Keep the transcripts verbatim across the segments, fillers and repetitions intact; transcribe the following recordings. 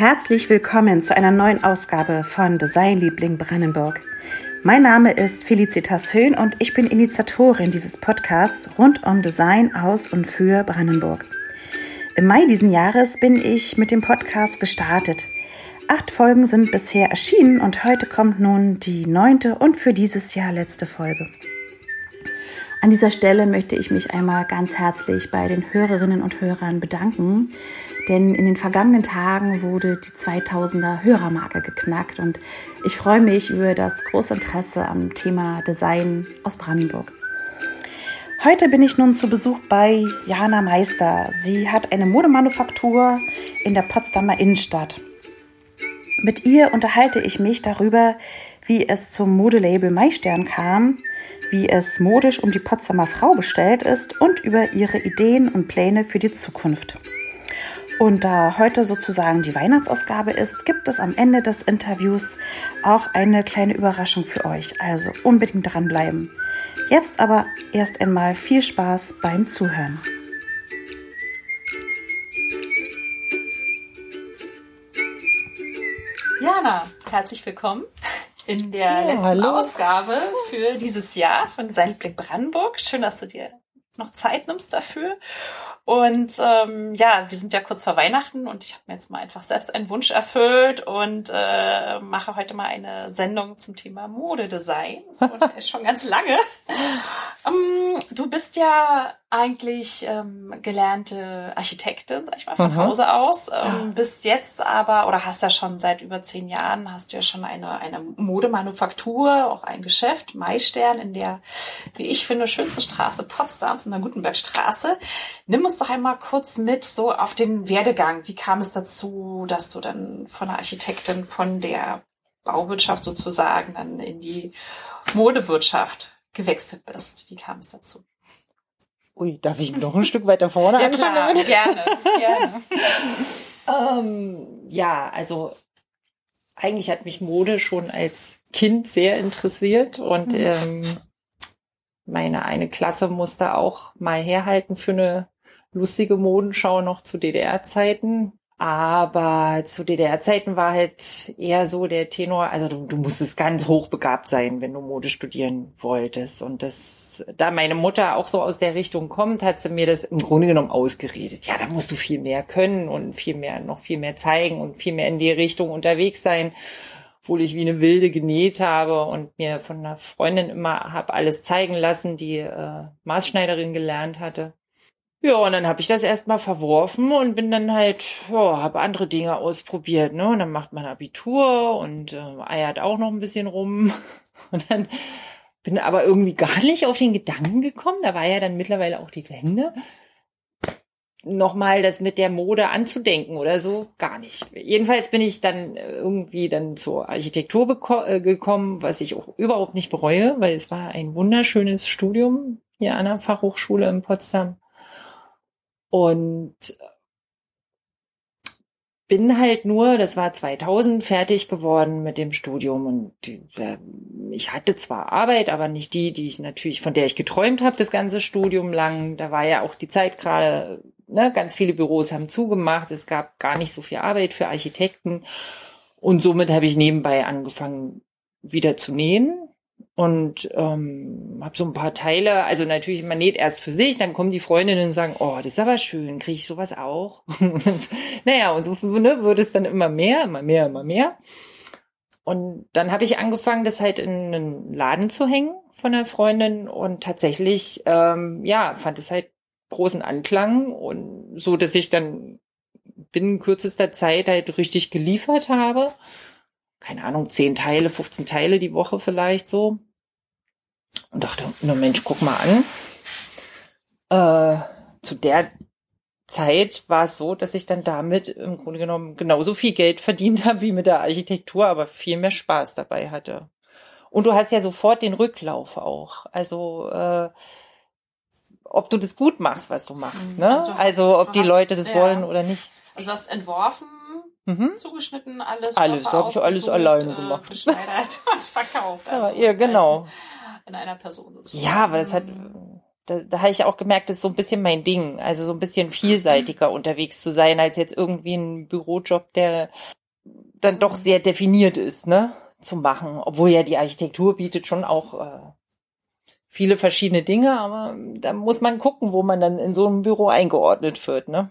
Herzlich willkommen zu einer neuen Ausgabe von Designliebling Brandenburg. Mein Name ist Felicitas Höhn und ich bin Initiatorin dieses Podcasts rund um Design aus und für Brandenburg. Im Mai diesen Jahres bin ich mit dem Podcast gestartet. Acht Folgen sind bisher erschienen und heute kommt nun die neunte und für dieses Jahr letzte Folge. An dieser Stelle möchte ich mich einmal ganz herzlich bei den Hörerinnen und Hörern bedanken, denn in den vergangenen Tagen wurde die zweitausender Hörermarke geknackt und ich freue mich über das große Interesse am Thema Design aus Brandenburg. Heute bin ich nun zu Besuch bei Jana Meister. Sie hat eine Modemanufaktur in der Potsdamer Innenstadt. Mit ihr unterhalte ich mich darüber, wie es zum Modelabel Maistern kam, wie es modisch um die Potsdamer Frau bestellt ist und über ihre Ideen und Pläne für die Zukunft. Und da heute sozusagen die Weihnachtsausgabe ist, gibt es am Ende des Interviews auch eine kleine Überraschung für euch. Also unbedingt dranbleiben. Jetzt aber erst einmal viel Spaß beim Zuhören. Jana, herzlich willkommen in der ja, letzten hallo. Ausgabe für dieses Jahr von Designliebling Brandenburg. Schön, dass du dir noch Zeit nimmst dafür. Und ähm, ja, wir sind ja kurz vor Weihnachten und ich habe mir jetzt mal einfach selbst einen Wunsch erfüllt und äh, mache heute mal eine Sendung zum Thema Modedesign. Das ist schon ganz lange. ähm, du bist ja eigentlich ähm, gelernte Architektin, sag ich mal, von mhm. Hause aus. Ähm, bist jetzt aber, oder hast ja schon seit über zehn Jahren, hast du ja schon eine, eine Modemanufaktur, auch ein Geschäft, Maistern, in der, wie ich finde, schönsten Straße Potsdams, in der Gutenbergstraße. Nimm uns doch einmal kurz mit so auf den Werdegang. Wie kam es dazu, dass du dann von der Architektin, von der Bauwirtschaft sozusagen dann in die Modewirtschaft gewechselt bist? Wie kam es dazu? Ui, darf ich noch ein Stück weiter vorne ja, anfangen? Klar, gerne, gerne. ähm, ja, also eigentlich hat mich Mode schon als Kind sehr interessiert und mhm. ähm, meine eine Klasse musste auch mal herhalten für eine lustige Modenschau noch zu D D R-Zeiten. Aber zu D D R-Zeiten war halt eher so der Tenor, also du, du musstest ganz hochbegabt sein, wenn du Mode studieren wolltest. Und das, da meine Mutter auch so aus der Richtung kommt, hat sie mir das im Grunde genommen ausgeredet. Ja, da musst du viel mehr können und viel mehr, noch viel mehr zeigen und viel mehr in die Richtung unterwegs sein. Obwohl ich wie eine Wilde genäht habe und mir von einer Freundin immer habe alles zeigen lassen, die äh, Maßschneiderin gelernt hatte. Ja, und dann habe ich das erstmal verworfen und bin dann halt, ja, habe andere Dinge ausprobiert, ne? Und dann macht man Abitur und äh, eiert auch noch ein bisschen rum. Und dann bin aber irgendwie gar nicht auf den Gedanken gekommen, da war ja dann mittlerweile auch die Wende, nochmal das mit der Mode anzudenken oder so, gar nicht. Jedenfalls bin ich dann irgendwie dann zur Architektur beko- äh, gekommen, was ich auch überhaupt nicht bereue, weil es war ein wunderschönes Studium hier an der Fachhochschule in Potsdam. Und bin halt nur, das war zweitausend, fertig geworden mit dem Studium und äh, ich hatte zwar Arbeit, aber nicht die, die ich natürlich, von der ich geträumt habe, das ganze Studium lang. Da war ja auch die Zeit gerade, ne, ganz viele Büros haben zugemacht, es gab gar nicht so viel Arbeit für Architekten und somit habe ich nebenbei angefangen, wieder zu nähen. Und ähm, habe so ein paar Teile, also natürlich, man näht erst für sich, dann kommen die Freundinnen und sagen, oh, das ist aber schön, kriege ich sowas auch? Naja, und so ne, wird es dann immer mehr, immer mehr, immer mehr. Und dann habe ich angefangen, das halt in einen Laden zu hängen von einer Freundin und tatsächlich, ähm, ja, fand es halt großen Anklang und so, dass ich dann binnen kürzester Zeit halt richtig geliefert habe. Keine Ahnung, zehn Teile, fünfzehn Teile die Woche vielleicht so. Und dachte, na Mensch, guck mal an. Äh, zu der Zeit war es so, dass ich dann damit im Grunde genommen genauso viel Geld verdient habe wie mit der Architektur, aber viel mehr Spaß dabei hatte. Und du hast ja sofort den Rücklauf auch. Also, äh, ob du das gut machst, was du machst, ne? Also, hast, also ob die hast, Leute das ja. wollen oder nicht. Also du hast entworfen, Mhm. zugeschnitten, alles. Alles, da habe ich alles alleine gemacht. Geschneidert und verkauft. Also ja, ja, genau. In einer Person. Ja, aber das hat, da, da habe ich auch gemerkt, das ist so ein bisschen mein Ding. Also so ein bisschen vielseitiger unterwegs zu sein, als jetzt irgendwie ein Bürojob, der dann doch sehr definiert ist, ne, zu machen. Obwohl ja die Architektur bietet schon auch äh, viele verschiedene Dinge, aber da muss man gucken, wo man dann in so einem Büro eingeordnet wird, ne.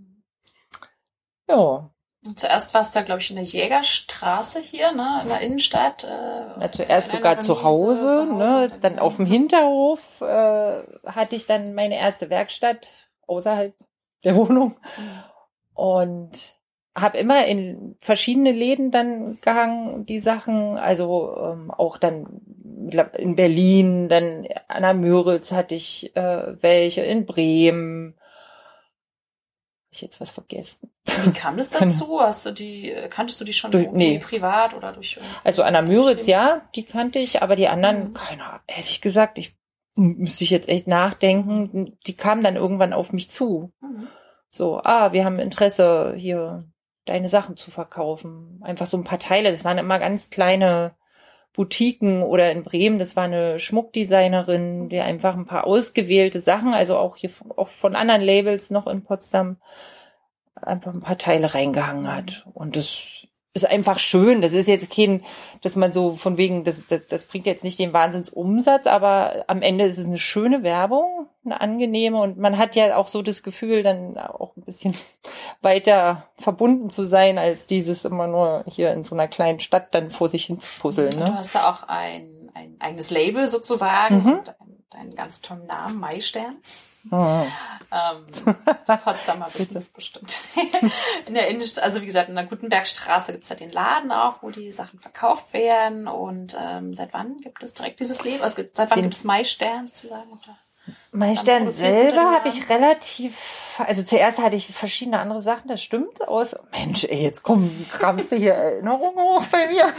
Ja. Und zuerst warst du ja, glaube ich, in der Jägerstraße hier, ne, in der Innenstadt. Äh, Na, zuerst sogar zu Hause, zu Hause, ne, dann, dann auf dem Hinterhof äh, hatte ich dann meine erste Werkstatt außerhalb der Wohnung mhm. und habe immer in verschiedene Läden dann gehangen, die Sachen, also ähm, auch dann in Berlin, dann an der Müritz hatte ich äh, welche, in Bremen. Habe ich jetzt was vergessen? Wie kam das dazu? Hast du die, kanntest du die schon durch, nee. privat oder durch? Also an der Müritz, ja, die kannte ich, aber die anderen, mhm. keine Ahnung, ehrlich gesagt, ich müsste ich jetzt echt nachdenken, die kamen dann irgendwann auf mich zu. Mhm. So, ah, wir haben Interesse, hier deine Sachen zu verkaufen. Einfach so ein paar Teile, das waren immer ganz kleine Boutiquen oder in Bremen, das war eine Schmuckdesignerin, die einfach ein paar ausgewählte Sachen, also auch hier auch von anderen Labels noch in Potsdam, einfach ein paar Teile reingehangen hat. Und das ist einfach schön. Das ist jetzt kein, dass man so von wegen, das, das, das bringt jetzt nicht den Wahnsinnsumsatz, aber am Ende ist es eine schöne Werbung, eine angenehme, und man hat ja auch so das Gefühl, dann auch ein bisschen weiter verbunden zu sein, als dieses immer nur hier in so einer kleinen Stadt dann vor sich hin zu puzzeln. Ne? Du hast ja auch ein, ein eigenes Label sozusagen mhm. und einen, einen ganz tollen Namen, Maistern. Oh. Ähm, Potsdamer Business bestimmt. In der Innenstadt, also wie gesagt, in der Gutenbergstraße gibt's ja den Laden auch, wo die Sachen verkauft werden. Und ähm, seit wann gibt es direkt dieses Label? Also seit wann gibt es Maistern sozusagen? Maistern selber habe ich relativ, also zuerst hatte ich verschiedene andere Sachen, das stimmt aus. Mensch, ey, jetzt komm, kramst du hier Erinnerungen hoch bei mir.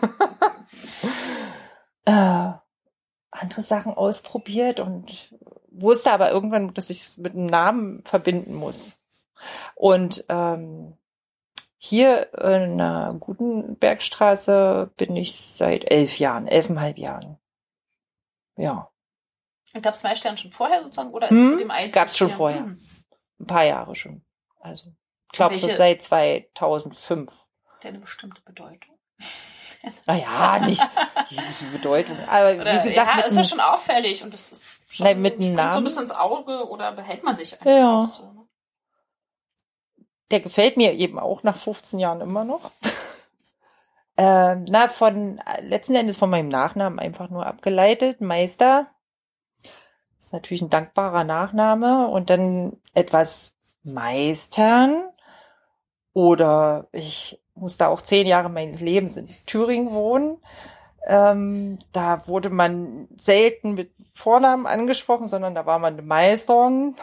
äh, andere Sachen ausprobiert und wusste aber irgendwann, dass ich es mit einem Namen verbinden muss. Und ähm, hier in der Gutenbergstraße bin ich seit elf Jahren, elfeinhalb Jahren. Ja. Und gab es Maistern schon vorher sozusagen? Oder ist hm, es mit dem Einzug? Gab es schon hier? vorher. Hm. Ein paar Jahre schon. Also ich glaube so seit zweitausendfünf. Hat der eine bestimmte Bedeutung? Naja, nicht die Bedeutung. Aber oder, wie gesagt, ja, ist ja schon auffällig und das ist schon, nein, mit einem Namen so ein bisschen ins Auge oder behält man sich einfach ja. auch so. Ne? Der gefällt mir eben auch nach fünfzehn Jahren immer noch. ähm, na, von letzten Endes von meinem Nachnamen einfach nur abgeleitet. Meister ist natürlich ein dankbarer Nachname und dann etwas meistern oder ich musste auch zehn Jahre meines Lebens in Thüringen wohnen. Ähm, da wurde man selten mit Vornamen angesprochen, sondern da war man eine Meisterin.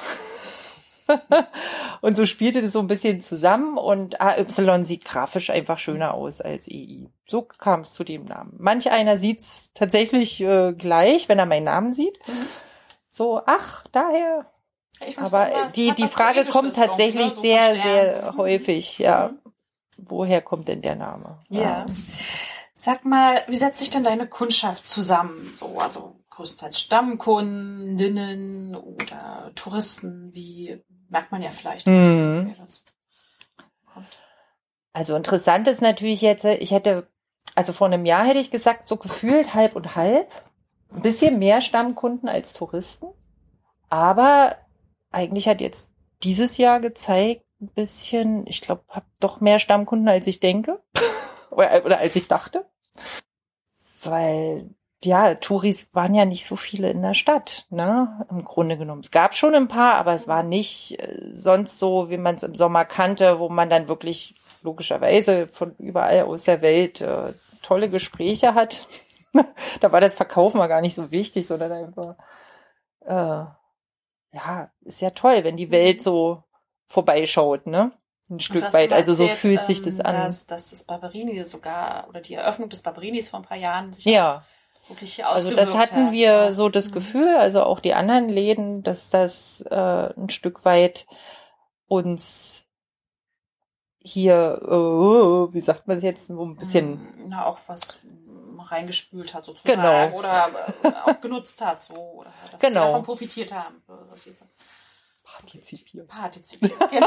Und so spielte das so ein bisschen zusammen und A Y sieht grafisch einfach schöner aus als E I. So kam es zu dem Namen. Manch einer sieht's tatsächlich äh, gleich, wenn er meinen Namen sieht. Mhm. So, ach, daher. Aber so, die, die Frage kommt tatsächlich so, ne? so sehr, sehr mhm. häufig, ja. Mhm. Woher kommt denn der Name? Ja. ja. Sag mal, wie setzt sich denn deine Kundschaft zusammen? So, also größtenteils Stammkundinnen oder Touristen, wie merkt man ja vielleicht, mhm. wer das kommt. Also interessant ist natürlich jetzt, ich hätte, also vor einem Jahr hätte ich gesagt, so gefühlt halb und halb. Ein bisschen mehr Stammkunden als Touristen. Aber eigentlich hat jetzt dieses Jahr gezeigt, ein bisschen, ich glaube, habe doch mehr Stammkunden, als ich denke. oder, oder als ich dachte. Weil, ja, Touris waren ja nicht so viele in der Stadt, ne? Im Grunde genommen. Es gab schon ein paar, aber es war nicht äh, sonst so, wie man es im Sommer kannte, wo man dann wirklich logischerweise von überall aus der Welt äh, tolle Gespräche hat. Da war das Verkaufen mal gar nicht so wichtig, sondern einfach, äh, ja, ist ja toll, wenn die Welt so vorbeischaut, ne? Ein Stück weit. Also erzählt, so fühlt sich das an. Dass, dass das Barberini sogar, oder die Eröffnung des Barberinis vor ein paar Jahren sich ja. wirklich hier ausgewirkt Also das hatten hat. wir ja. so das mhm. Gefühl, also auch die anderen Läden, dass das äh, ein Stück weit uns hier, äh, wie sagt man es jetzt, so ein bisschen... Na, auch was reingespült hat sozusagen. Genau. Oder äh, auch genutzt hat, so. Oder dass genau. sie davon profitiert haben. Partizipieren. Partizipieren, genau.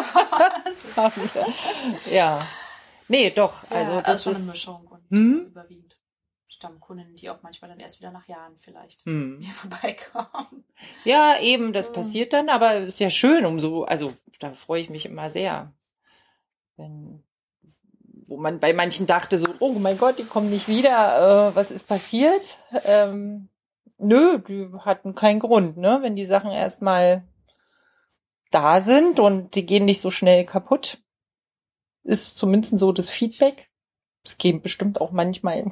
Ja. Nee, doch. Also ja, das also schon ist eine Mischung und hm? überwiegend Stammkunden, die auch manchmal dann erst wieder nach Jahren vielleicht hm. hier vorbeikommen. Ja, eben, das hm. passiert dann, aber ist ja schön, umso, also da freue ich mich immer sehr. Wenn, wo man bei manchen dachte so, oh mein Gott, die kommen nicht wieder, äh, was ist passiert? Ähm, nö, die hatten keinen Grund, ne? Wenn die Sachen erstmal da sind und die gehen nicht so schnell kaputt, ist zumindest so das Feedback. Es gehen bestimmt auch manchmal.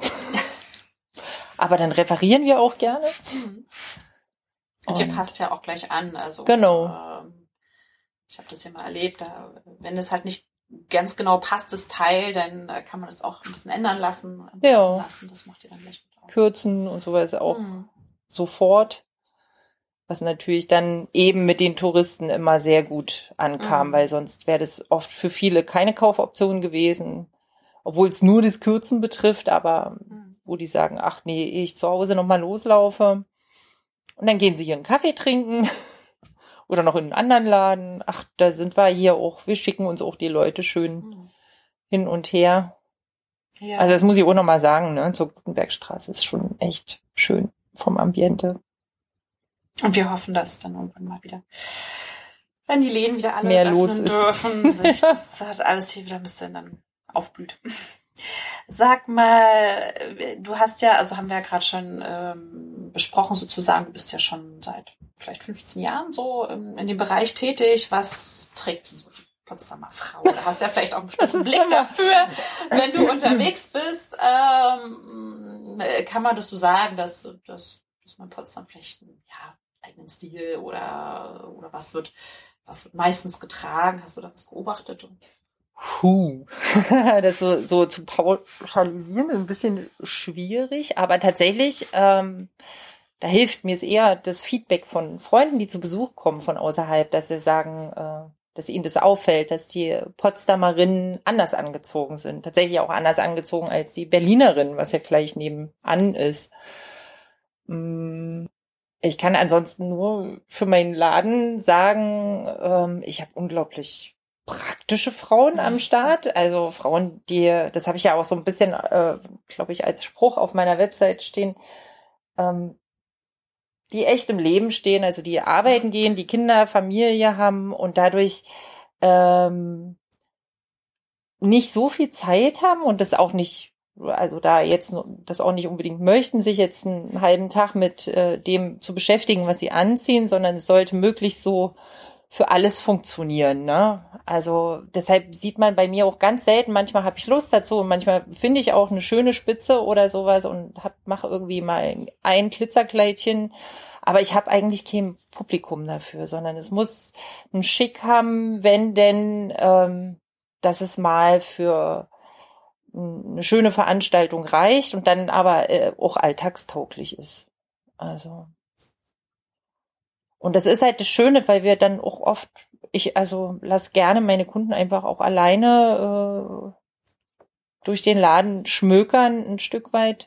Aber dann referieren wir auch gerne. Mhm. Und ihr passt ja auch gleich an. Also genau. Ähm, ich habe das ja mal erlebt, da, wenn es halt nicht ganz genau passt, das Teil, dann äh, kann man das auch ein bisschen ändern lassen. Ja. Lassen. Das macht ihr dann gleich mit auch. Kürzen und sowas auch mhm. sofort. Was natürlich dann eben mit den Touristen immer sehr gut ankam, mhm. weil sonst wäre das oft für viele keine Kaufoption gewesen, obwohl es nur das Kürzen betrifft, aber mhm. wo die sagen, ach nee, ich zu Hause nochmal loslaufe und dann gehen sie hier einen Kaffee trinken oder noch in einen anderen Laden. Ach, da sind wir hier auch, wir schicken uns auch die Leute schön mhm. hin und her. Ja. Also das muss ich auch nochmal sagen, ne, zur Gutenbergstraße ist schon echt schön vom Ambiente. Und wir hoffen, dass dann irgendwann mal wieder, wenn die Läden wieder alle mehr öffnen los ist. dürfen, sich das hat alles hier wieder ein bisschen dann aufblüht. Sag mal, du hast ja, also haben wir ja gerade schon ähm, besprochen sozusagen, du bist ja schon seit vielleicht fünfzehn Jahren so in, in dem Bereich tätig. Was trägt denn so die Potsdamer Frau? Da hast du ja vielleicht auch einen bestimmten Blick dafür, wenn du unterwegs bist. Ähm, kann man das so sagen, dass, dass, dass man Potsdam vielleicht ein, ja, eigenen Stil oder oder was wird was wird meistens getragen? Hast du da was beobachtet? Puh, das so so zu pauschalisieren ist ein bisschen schwierig, aber tatsächlich ähm, da hilft mir es eher das Feedback von Freunden, die zu Besuch kommen von außerhalb, dass sie sagen, äh, dass ihnen das auffällt, dass die Potsdamerinnen anders angezogen sind, tatsächlich auch anders angezogen als die Berlinerinnen, was ja gleich nebenan ist. Mm. Ich kann ansonsten nur für meinen Laden sagen, ähm, ich habe unglaublich praktische Frauen am Start. Also Frauen, die, das habe ich ja auch so ein bisschen, äh, glaube ich, als Spruch auf meiner Website stehen, ähm, die echt im Leben stehen, also die arbeiten gehen, die Kinder, Familie haben und dadurch ähm, nicht so viel Zeit haben und das auch nicht, also da jetzt das auch nicht unbedingt möchten, sich jetzt einen halben Tag mit äh, dem zu beschäftigen, was sie anziehen, sondern es sollte möglichst so für alles funktionieren, ne? Also deshalb sieht man bei mir auch ganz selten, manchmal habe ich Lust dazu und manchmal finde ich auch eine schöne Spitze oder sowas und hab, mache irgendwie mal ein Glitzerkleidchen, aber ich habe eigentlich kein Publikum dafür, sondern es muss einen Schick haben, wenn denn, ähm, dass es mal für eine schöne Veranstaltung reicht und dann aber äh, auch alltagstauglich ist. Also und das ist halt das Schöne, weil wir dann auch oft, ich also lass gerne meine Kunden einfach auch alleine äh, durch den Laden schmökern ein Stück weit,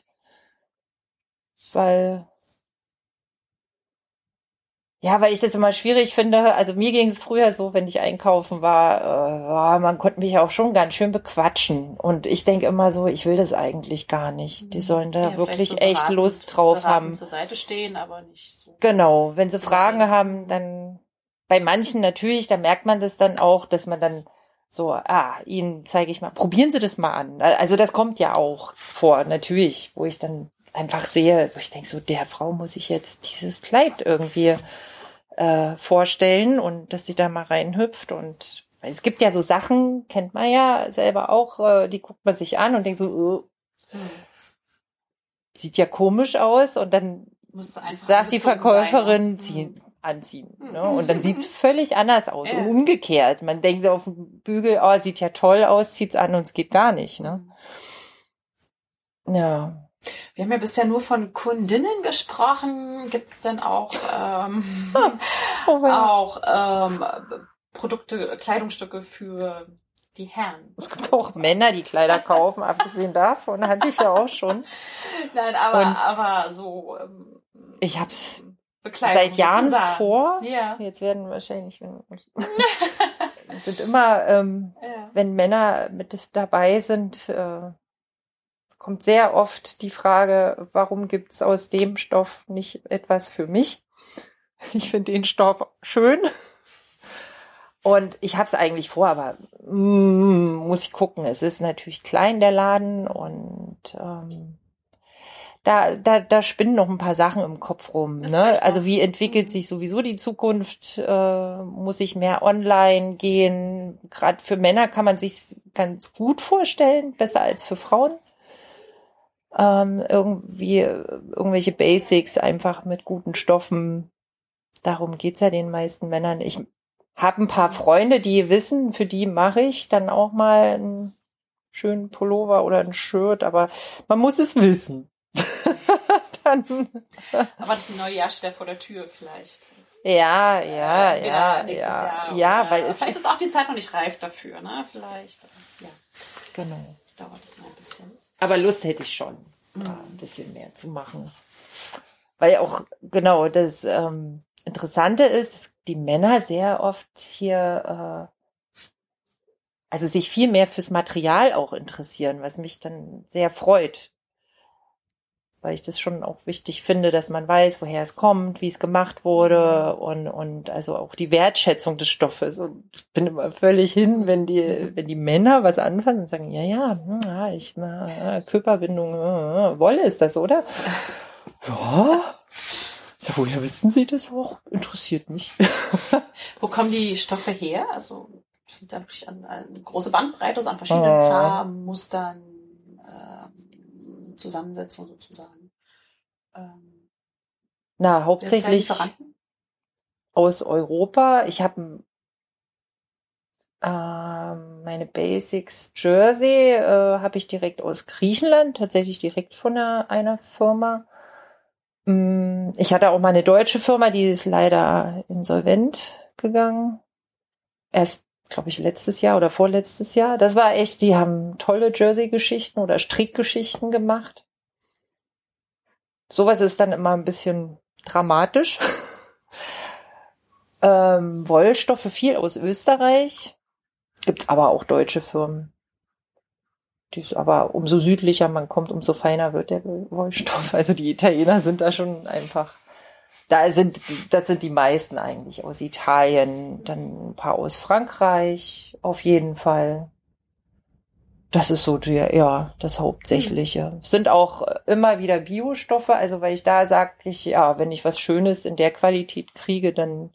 weil Ja, weil ich das immer schwierig finde. Also mir ging es früher so, wenn ich einkaufen war, äh, man konnte mich auch schon ganz schön bequatschen. Und ich denke immer so, ich will das eigentlich gar nicht. Die sollen da ja, wirklich so echt beratend, Lust drauf haben. Zur Seite stehen, aber nicht so. Genau, wenn sie Fragen haben, dann bei manchen natürlich, da merkt man das dann auch, dass man dann so, ah, ihnen zeige ich mal, probieren Sie das mal an. Also das kommt ja auch vor, natürlich, wo ich dann einfach sehe, wo ich denke, so der Frau muss ich jetzt dieses Kleid irgendwie äh, vorstellen und dass sie da mal reinhüpft. Und es gibt ja so Sachen, kennt man ja selber auch, äh, die guckt man sich an und denkt so, oh, hm. sieht ja komisch aus. Und dann sagt die Verkäuferin, zieh, anziehen. Hm. Ne? Und dann sieht's völlig anders aus. Ja. Und umgekehrt. Man denkt auf dem Bügel, oh, sieht ja toll aus, zieht's an und es geht gar nicht. Ne? Ja. Wir haben ja bisher nur von Kundinnen gesprochen. Gibt es denn auch ähm, oh, auch ähm, Produkte, Kleidungsstücke für die Herren. Es gibt auch Männer, die Kleider kaufen, abgesehen davon hatte ich ja auch schon. Nein, aber, Und aber so ähm, ich hab's Bekleidung seit Jahren sozusagen. vor. Ja. Jetzt werden wahrscheinlich, wenn, es sind immer, ähm, Ja. wenn Männer mit dabei sind, äh, kommt sehr oft die Frage, warum gibt's aus dem Stoff nicht etwas für mich? Ich finde den Stoff schön. Und ich habe es eigentlich vor, aber mm, muss ich gucken. Es ist natürlich klein, der Laden. Und ähm, da, da, da spinnen noch ein paar Sachen im Kopf rum. Ne? Also wie entwickelt sich sowieso die Zukunft? Äh, muss ich mehr online gehen? Gerade für Männer kann man sich ganz gut vorstellen, besser als für Frauen. Ähm, irgendwie irgendwelche Basics einfach mit guten Stoffen. Darum geht's ja den meisten Männern. Ich habe ein paar Freunde, die wissen, für die mache ich dann auch mal einen schönen Pullover oder ein Shirt, aber man muss es wissen. Dann. Aber das neue Jahr steht ja vor der Tür vielleicht. Ja, ja, äh, ja, nächstes ja, Jahr ja, oder weil es vielleicht ist auch die Zeit noch nicht reif dafür, ne? Vielleicht, ja. Genau. Dauert es noch ein bisschen. Aber Lust hätte ich schon, mhm. da ein bisschen mehr zu machen. Weil auch, genau, das ähm, Interessante ist, dass die Männer sehr oft hier, äh, also sich viel mehr fürs Material auch interessieren, was mich dann sehr freut. Weil ich das schon auch wichtig finde, dass man weiß, woher es kommt, wie es gemacht wurde und, und also auch die Wertschätzung des Stoffes. Und ich bin immer völlig hin, wenn die, wenn die Männer was anfangen und sagen, ja, ja, ja ich, äh, Körperbindung, äh, Wolle ist das, oder? Ja. Ja, woher wissen Sie das auch? Interessiert mich. Wo kommen die Stoffe her? Also sind da wirklich an, an große Bandbreite, also an verschiedenen oh. Farben, Mustern, äh, Zusammensetzung sozusagen. Ähm, Na, hauptsächlich aus Europa. Ich habe äh, meine Basics Jersey äh, habe ich direkt aus Griechenland, tatsächlich direkt von einer, einer Firma. Ich hatte auch mal eine deutsche Firma, die ist leider insolvent gegangen. Erst, glaube ich, letztes Jahr oder vorletztes Jahr. Das war echt, die haben tolle Jersey-Geschichten oder Strickgeschichten gemacht. Sowas ist dann immer ein bisschen dramatisch. ähm, Wollstoffe viel aus Österreich. Gibt's aber auch deutsche Firmen. Die ist aber umso südlicher man kommt, umso feiner wird der Wollstoff. Also die Italiener sind da schon einfach, da sind, das sind die meisten eigentlich aus Italien, dann ein paar aus Frankreich, auf jeden Fall. Das ist so der, ja, das Hauptsächliche. Mhm. Sind auch immer wieder Biostoffe, also weil ich da sage ich, ja, wenn ich was Schönes in der Qualität kriege, dann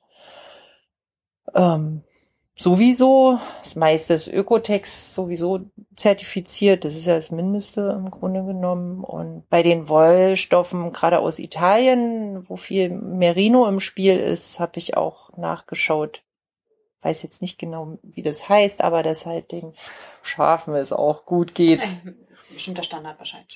ähm, sowieso, das meiste ist Ökotex sowieso zertifiziert, das ist ja das Mindeste im Grunde genommen. Und bei den Wollstoffen, gerade aus Italien, wo viel Merino im Spiel ist, habe ich auch nachgeschaut. Weiß jetzt nicht genau, wie das heißt, aber dass halt den Schafen es auch gut geht. Ein bestimmter Standard wahrscheinlich.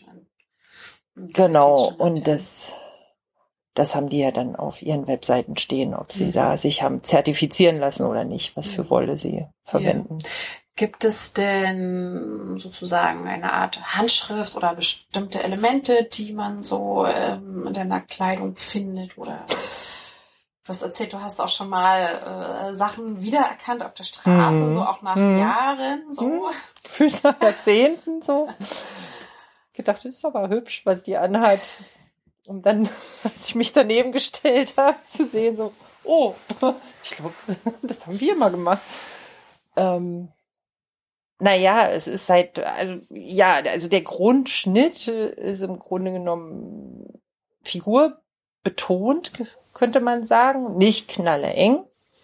Genau, und das... Das haben die ja dann auf ihren Webseiten stehen, ob sie mhm. da sich haben zertifizieren lassen oder nicht, was für Wolle sie verwenden. Ja. Gibt es denn sozusagen eine Art Handschrift oder bestimmte Elemente, die man so ähm, in deiner Kleidung findet? Oder du hast erzählt, du hast auch schon mal äh, Sachen wiedererkannt auf der Straße, mhm. so auch nach mhm. Jahren, so. Mhm. Gefühlt nach Jahrzehnten, so. Gedacht, das ist aber hübsch, was die anhat. Und dann, als ich mich daneben gestellt habe, zu sehen, so, oh, ich glaube, das haben wir mal gemacht. Ähm, naja, es ist halt, also, ja, also der Grundschnitt ist im Grunde genommen figurbetont, könnte man sagen. Nicht knalleeng.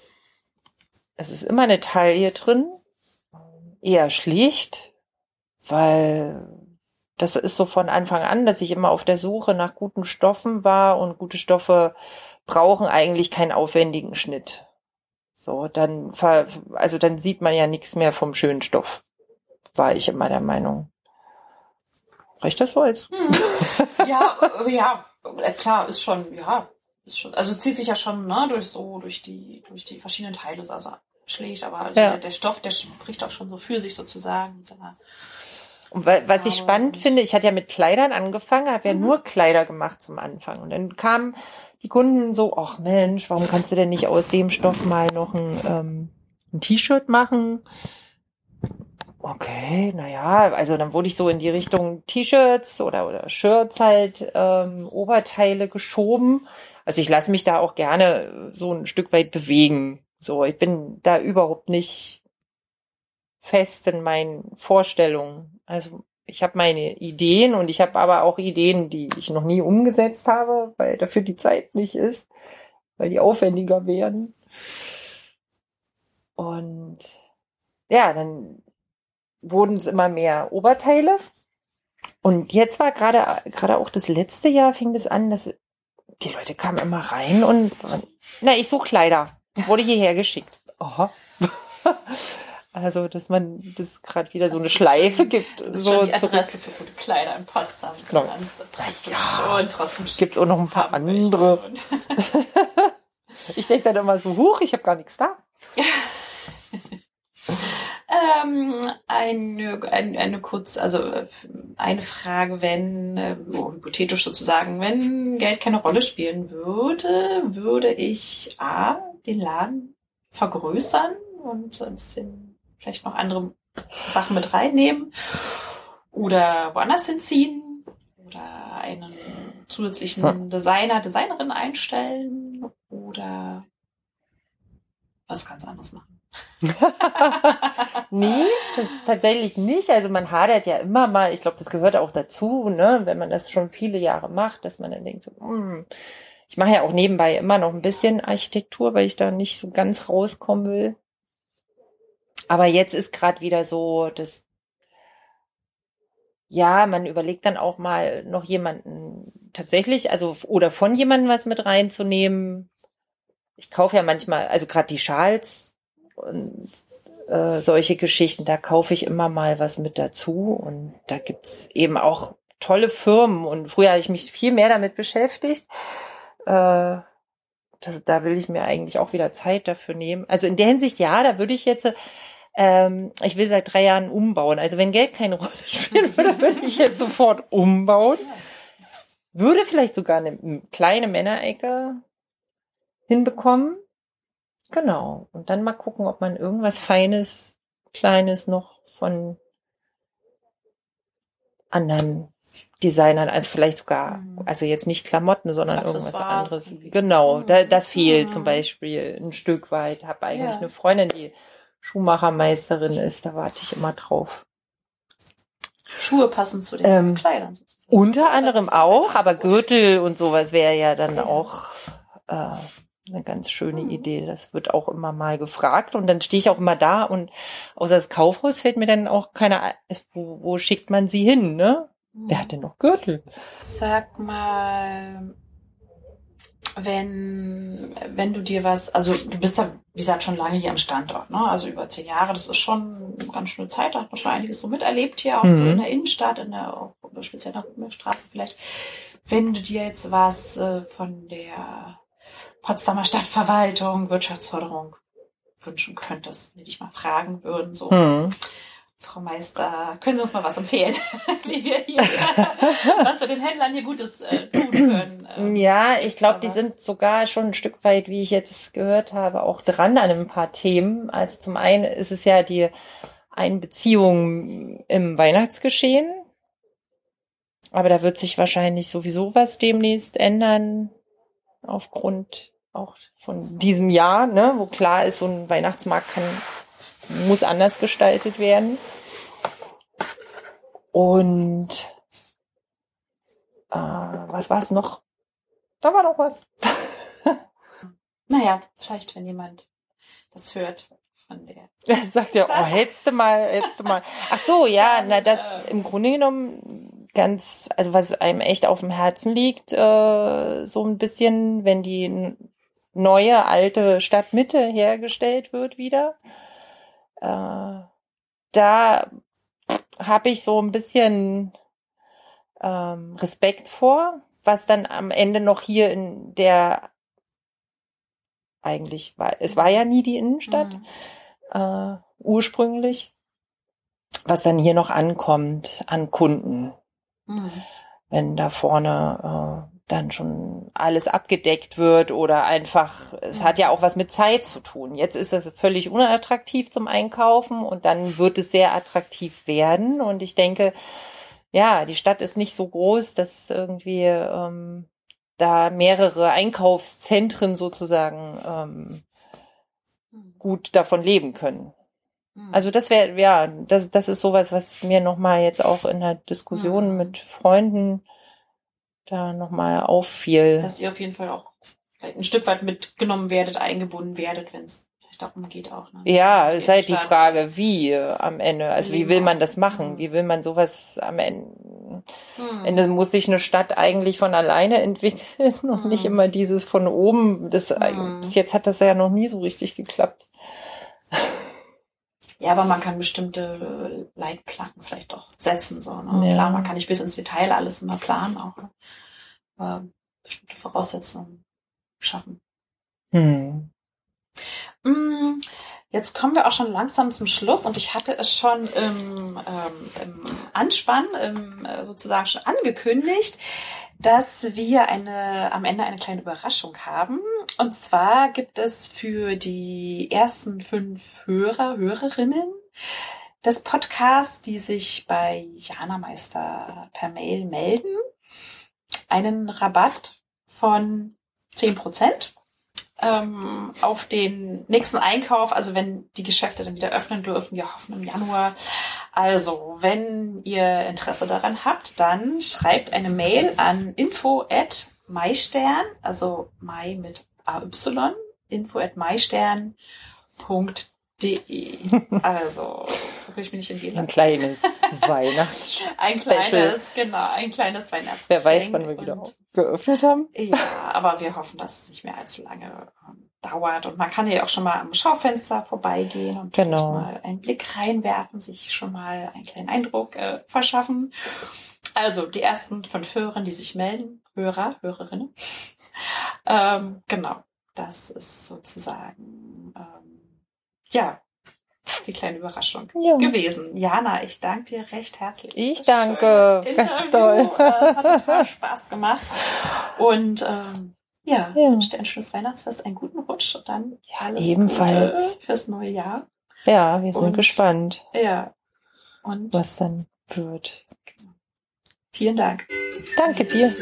Es ist immer eine Taille drin. Eher schlicht, weil... Das ist so von Anfang an, dass ich immer auf der Suche nach guten Stoffen war und gute Stoffe brauchen eigentlich keinen aufwendigen Schnitt. So, dann, ver, also dann sieht man ja nichts mehr vom schönen Stoff. War ich immer der Meinung. Reicht das so als? Hm. Ja, ja, klar, ist schon, ja, ist schon, also es zieht sich ja schon, ne, durch so, durch die, durch die verschiedenen Teile, also schlägt, aber ja. der, der Stoff, der spricht auch schon so für sich sozusagen. Und was ich spannend finde, ich hatte ja mit Kleidern angefangen, habe ja mhm. nur Kleider gemacht zum Anfang. Und dann kamen die Kunden so, ach Mensch, warum kannst du denn nicht aus dem Stoff mal noch ein, ähm, ein T-Shirt machen? Okay, naja, also dann wurde ich so in die Richtung T-Shirts oder, oder Shirts halt, ähm, Oberteile geschoben. Also ich lasse mich da auch gerne so ein Stück weit bewegen. So, ich bin da überhaupt nicht fest in meinen Vorstellungen. Also ich habe meine Ideen und ich habe aber auch Ideen, die ich noch nie umgesetzt habe, weil dafür die Zeit nicht ist, weil die aufwendiger werden. Und ja, dann wurden es immer mehr Oberteile. Und jetzt war gerade gerade auch das letzte Jahr fing das an, dass die Leute kamen immer rein und na, ich suche Kleider. Wurde hierher geschickt. Aha. Also, dass man das gerade wieder so eine Schleife gibt. Das ist so schon die Adresse für gute Kleider in Potsdam. Genau. Ja, und trotzdem gibt's auch noch ein paar andere. Ich denke dann immer so, huch, ich habe gar nichts da. ähm, eine, eine, eine kurz, also eine Frage, wenn, äh, hypothetisch sozusagen, wenn Geld keine Rolle spielen würde, würde ich A, den Laden vergrößern und ein bisschen vielleicht noch andere Sachen mit reinnehmen oder woanders hinziehen oder einen zusätzlichen Designer, Designerin einstellen oder was ganz anderes machen. Nee, das ist tatsächlich nicht. Also man hadert ja immer mal, ich glaube, das gehört auch dazu, ne, wenn man das schon viele Jahre macht, dass man dann denkt, so, mm. Ich mache ja auch nebenbei immer noch ein bisschen Architektur, weil ich da nicht so ganz rauskommen will. Aber jetzt ist gerade wieder so, dass ja, man überlegt dann auch mal noch jemanden tatsächlich, also oder von jemandem was mit reinzunehmen. Ich kaufe ja manchmal, also gerade die Schals und äh, solche Geschichten, da kaufe ich immer mal was mit dazu und da gibt's eben auch tolle Firmen und früher habe ich mich viel mehr damit beschäftigt. Äh, das, da will ich mir eigentlich auch wieder Zeit dafür nehmen. Also in der Hinsicht, ja, da würde ich jetzt, ähm, ich will seit drei Jahren umbauen. Also wenn Geld keine Rolle spielen würde, würde ich jetzt sofort umbauen. Würde vielleicht sogar eine kleine Männerecke hinbekommen. Genau. Und dann mal gucken, ob man irgendwas Feines, Kleines noch von anderen Designern, also vielleicht sogar, also jetzt nicht Klamotten, sondern irgendwas anderes. Genau, da, das fehlt zum Beispiel ein Stück weit. Habe eigentlich ja. eine Freundin, die Schuhmachermeisterin ist, da warte ich immer drauf. Schuhe passen zu den ähm, Kleidern. Sozusagen. Unter anderem auch, aber Gürtel und sowas wäre ja dann ja. auch äh, eine ganz schöne mhm. Idee. Das wird auch immer mal gefragt und dann stehe ich auch immer da und außer das Kaufhaus fällt mir dann auch keiner, wo, wo schickt man sie hin, ne? Mhm. Wer hat denn noch Gürtel? Sag mal, wenn, wenn du dir was, also du bist ja, wie gesagt, schon lange hier am Standort, ne? Also über zehn Jahre, das ist schon eine ganz schöne Zeit, da hat man schon einiges so miterlebt hier, auch mhm. so in der Innenstadt, in der, auch speziell nach der Straße vielleicht. Wenn du dir jetzt was äh, von der Potsdamer Stadtverwaltung, Wirtschaftsförderung wünschen könntest, wenn dich mal fragen würden, so, mhm. Frau Meister, können Sie uns mal was empfehlen, wie wir hier, was wir den Händlern hier Gutes äh, tun können? Ähm, ja, ich glaube, die sind sogar schon ein Stück weit, wie ich jetzt gehört habe, auch dran an ein paar Themen. Also zum einen ist es ja die Einbeziehung im Weihnachtsgeschehen, aber da wird sich wahrscheinlich sowieso was demnächst ändern, aufgrund auch von diesem Jahr, ne, wo klar ist, so ein Weihnachtsmarkt kann muss anders gestaltet werden. Und äh, was war es noch? Da war noch was. Naja, vielleicht, wenn jemand das hört von der. Er sagt ja, oh, hättest du mal, hättest du mal. Ach so, ja, na, das im Grunde genommen ganz, also was einem echt auf dem Herzen liegt, äh, so ein bisschen, wenn die neue, alte Stadtmitte hergestellt wird wieder. Äh, da habe ich so ein bisschen ähm, Respekt vor, was dann am Ende noch hier in der eigentlich war. Es war ja nie die Innenstadt, mhm. äh, ursprünglich, was dann hier noch ankommt an Kunden. Mhm. Wenn da vorne äh, dann schon alles abgedeckt wird oder einfach, es mhm. hat ja auch was mit Zeit zu tun. Jetzt ist es völlig unattraktiv zum Einkaufen und dann wird es sehr attraktiv werden. Und ich denke, ja, die Stadt ist nicht so groß, dass irgendwie ähm, da mehrere Einkaufszentren sozusagen ähm, gut davon leben können. Also das wäre, ja, das, das ist sowas, was mir nochmal jetzt auch in der Diskussion mhm. mit Freunden da nochmal auffiel. Dass ihr auf jeden Fall auch ein Stück weit mitgenommen werdet, eingebunden werdet, wenn es darum geht auch. Ne? Ja, es ist halt die Frage, wie äh, am Ende, also wie will man das machen? Mhm. Wie will man sowas am Ende? Am Ende muss sich eine Stadt eigentlich von alleine entwickeln und mhm. nicht immer dieses von oben. Das, mhm. Bis jetzt hat das ja noch nie so richtig geklappt. Ja, aber man kann bestimmte Leitplanken vielleicht auch setzen. So, ne? Ja. Klar, man kann nicht bis ins Detail alles immer planen, auch aber bestimmte Voraussetzungen schaffen. Hm. Jetzt kommen wir auch schon langsam zum Schluss und ich hatte es schon im, ähm, im Anspann im, sozusagen schon angekündigt, dass wir eine am Ende eine kleine Überraschung haben. Und zwar gibt es für die ersten fünf Hörer, Hörerinnen des Podcasts, die sich bei Jana Meister per Mail melden, einen Rabatt von zehn Prozent ähm, auf den nächsten Einkauf, also wenn die Geschäfte dann wieder öffnen dürfen, wir hoffen im Januar. Also, wenn ihr Interesse daran habt, dann schreibt eine Mail an info at maistern, also mai mit A Y, info at maistern punkt de. Also, will ich mir nicht entgehen lassen. Ein kleines Weihnachts Ein kleines, genau, ein kleines Weihnachtsgeschenk. Wer weiß, wann wir wieder geöffnet haben. Ja, aber wir hoffen, dass es nicht mehr allzu lange ähm, dauert. Und man kann ja auch schon mal am Schaufenster vorbeigehen und genau. mal einen Blick reinwerfen, sich schon mal einen kleinen Eindruck äh, verschaffen. Also die ersten fünf Hörer, die sich melden, Hörer, Hörerinnen. ähm, genau, das ist sozusagen ähm, ja die kleine Überraschung ja. gewesen. Jana, ich danke dir recht herzlich. Ich danke, ganz toll. Es hat total Spaß gemacht. Und ähm, ja, ja. wünsche dir ein schönes Weihnachtsfest, einen guten Rutsch und dann alles ebenfalls Gute fürs neue Jahr. Ja, wir sind und, gespannt, ja. und was dann wird. Vielen Dank. Danke dir.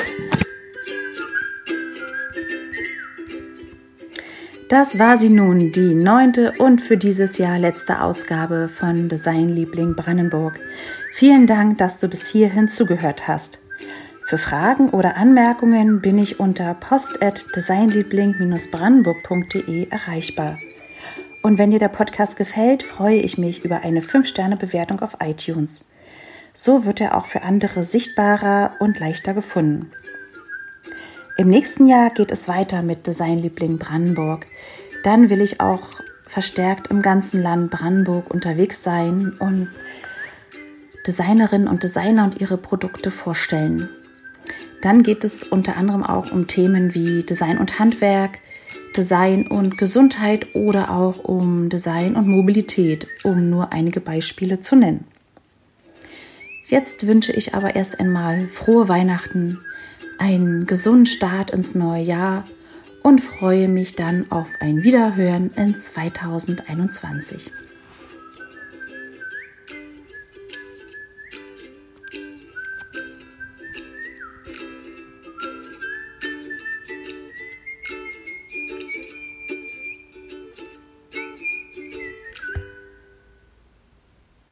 Das war sie nun, die neunte und für dieses Jahr letzte Ausgabe von Designliebling Brandenburg. Vielen Dank, dass du bis hierhin zugehört hast. Für Fragen oder Anmerkungen bin ich unter post at designliebling brandenburg punkt de erreichbar. Und wenn dir der Podcast gefällt, freue ich mich über eine fünf Sterne Bewertung auf iTunes. So wird er auch für andere sichtbarer und leichter gefunden. Im nächsten Jahr geht es weiter mit Designliebling Brandenburg. Dann will ich auch verstärkt im ganzen Land Brandenburg unterwegs sein und Designerinnen und Designer und ihre Produkte vorstellen. Dann geht es unter anderem auch um Themen wie Design und Handwerk, Design und Gesundheit oder auch um Design und Mobilität, um nur einige Beispiele zu nennen. Jetzt wünsche ich aber erst einmal frohe Weihnachten, einen gesunden Start ins neue Jahr und freue mich dann auf ein Wiederhören in zweitausendeinundzwanzig.